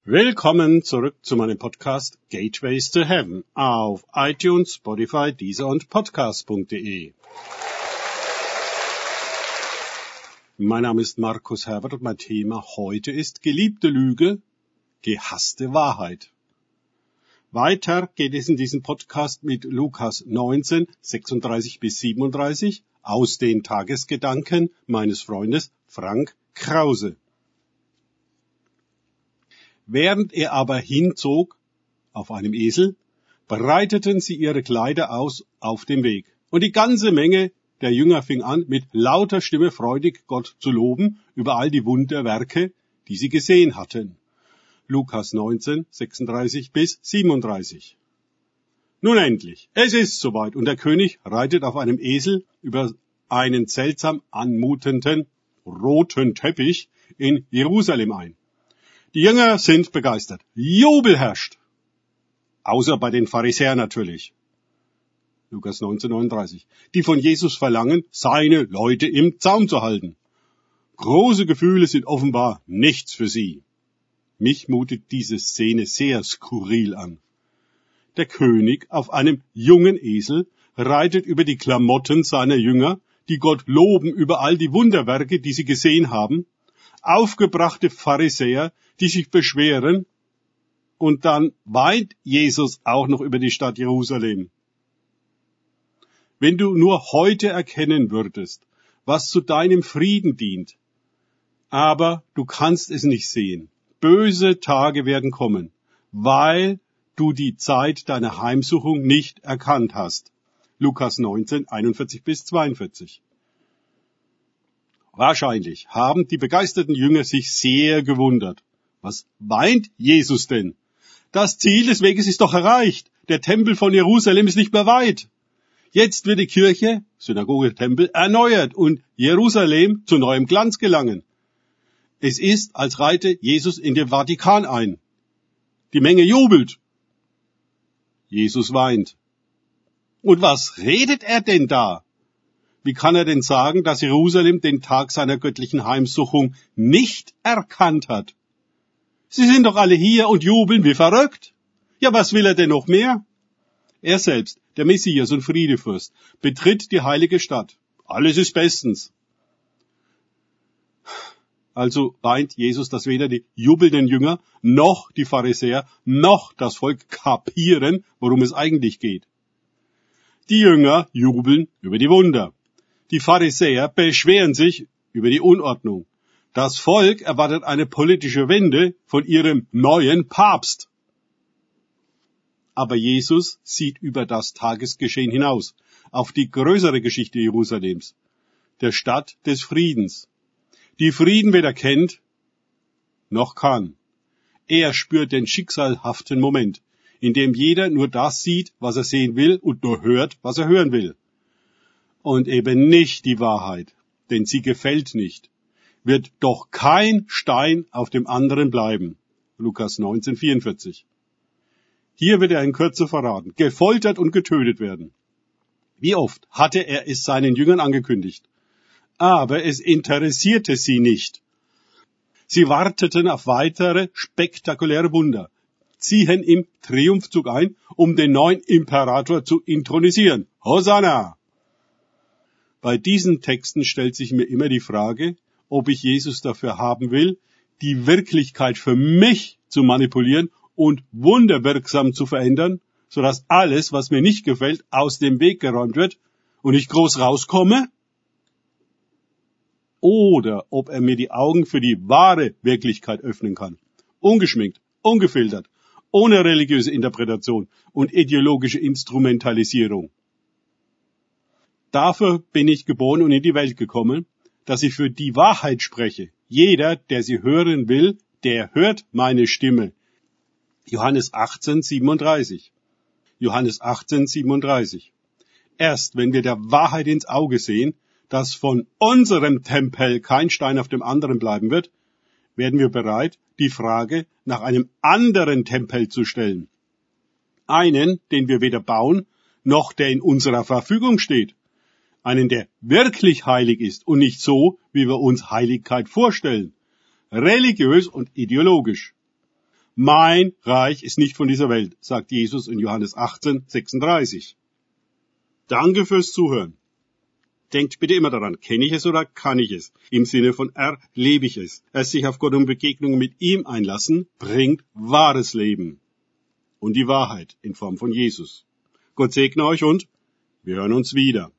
Willkommen zurück zu meinem Podcast Gateways to Heaven auf iTunes, Spotify, Deezer und Podcast.de. Mein Name ist Markus Herbert und mein Thema heute ist geliebte Lüge, gehasste Wahrheit. Weiter geht es in diesem Podcast mit Lukas 19, 36 bis 37 aus den Tagesgedanken meines Freundes Frank Krause. Während er aber hinzog auf einem Esel, breiteten sie ihre Kleider aus auf dem Weg. Und die ganze Menge der Jünger fing an, mit lauter Stimme freudig Gott zu loben über all die Wunderwerke, die sie gesehen hatten. Lukas 19, 36 bis 37. Nun endlich, es ist soweit und der König reitet auf einem Esel über einen seltsam anmutenden roten Teppich in Jerusalem ein. Die Jünger sind begeistert. Jubel herrscht. Außer bei den Pharisäern natürlich. Lukas 19, 39. Die von Jesus verlangen, seine Leute im Zaum zu halten. Große Gefühle sind offenbar nichts für sie. Mich mutet diese Szene sehr skurril an. Der König auf einem jungen Esel reitet über die Klamotten seiner Jünger, die Gott loben über all die Wunderwerke, die sie gesehen haben, aufgebrachte Pharisäer, die sich beschweren, und dann weint Jesus auch noch über die Stadt Jerusalem. Wenn du nur heute erkennen würdest, was zu deinem Frieden dient, aber du kannst es nicht sehen. Böse Tage werden kommen, weil du die Zeit deiner Heimsuchung nicht erkannt hast. Lukas 19, 41 bis 42. Wahrscheinlich haben die begeisterten Jünger sich sehr gewundert. Was weint Jesus denn? Das Ziel des Weges ist doch erreicht. Der Tempel von Jerusalem ist nicht mehr weit. Jetzt wird die Kirche, Synagoge, Tempel, erneuert und Jerusalem zu neuem Glanz gelangen. Es ist, als reite Jesus in den Vatikan ein. Die Menge jubelt. Jesus weint. Und was redet er denn da? Wie kann er denn sagen, dass Jerusalem den Tag seiner göttlichen Heimsuchung nicht erkannt hat? Sie sind doch alle hier und jubeln wie verrückt. Ja, was will er denn noch mehr? Er selbst, der Messias und Friedefürst, betritt die heilige Stadt. Alles ist bestens. Also weint Jesus, dass weder die jubelnden Jünger, noch die Pharisäer, noch das Volk kapieren, worum es eigentlich geht. Die Jünger jubeln über die Wunder. Die Pharisäer beschweren sich über die Unordnung. Das Volk erwartet eine politische Wende von ihrem neuen Papst. Aber Jesus sieht über das Tagesgeschehen hinaus, auf die größere Geschichte Jerusalems, der Stadt des Friedens, die Frieden weder kennt noch kann. Er spürt den schicksalhaften Moment, in dem jeder nur das sieht, was er sehen will, und nur hört, was er hören will. Und eben nicht die Wahrheit, denn sie gefällt nicht, wird doch kein Stein auf dem anderen bleiben. Lukas 19, 44. Hier wird er in Kürze verraten, gefoltert und getötet werden. Wie oft hatte er es seinen Jüngern angekündigt? Aber es interessierte sie nicht. Sie warteten auf weitere spektakuläre Wunder, ziehen im Triumphzug ein, um den neuen Imperator zu intronisieren. Hosanna! Bei diesen Texten stellt sich mir immer die Frage, ob ich Jesus dafür haben will, die Wirklichkeit für mich zu manipulieren und wunderwirksam zu verändern, sodass alles, was mir nicht gefällt, aus dem Weg geräumt wird und ich groß rauskomme? Oder ob er mir die Augen für die wahre Wirklichkeit öffnen kann, ungeschminkt, ungefiltert, ohne religiöse Interpretation und ideologische Instrumentalisierung. Dafür bin ich geboren und in die Welt gekommen, dass ich für die Wahrheit spreche. Jeder, der sie hören will, der hört meine Stimme. Johannes 18, 37. Johannes 18, 37. Erst wenn wir der Wahrheit ins Auge sehen, dass von unserem Tempel kein Stein auf dem anderen bleiben wird, werden wir bereit, die Frage nach einem anderen Tempel zu stellen. Einen, den wir weder bauen, noch der in unserer Verfügung steht. Einen, der wirklich heilig ist und nicht so, wie wir uns Heiligkeit vorstellen. Religiös und ideologisch. Mein Reich ist nicht von dieser Welt, sagt Jesus in Johannes 18, 36. Danke fürs Zuhören. Denkt bitte immer daran, kenne ich es oder kann ich es? Im Sinne von erlebe ich es. Erst sich auf Gott und Begegnungen mit ihm einlassen, bringt wahres Leben. Und die Wahrheit in Form von Jesus. Gott segne euch und wir hören uns wieder.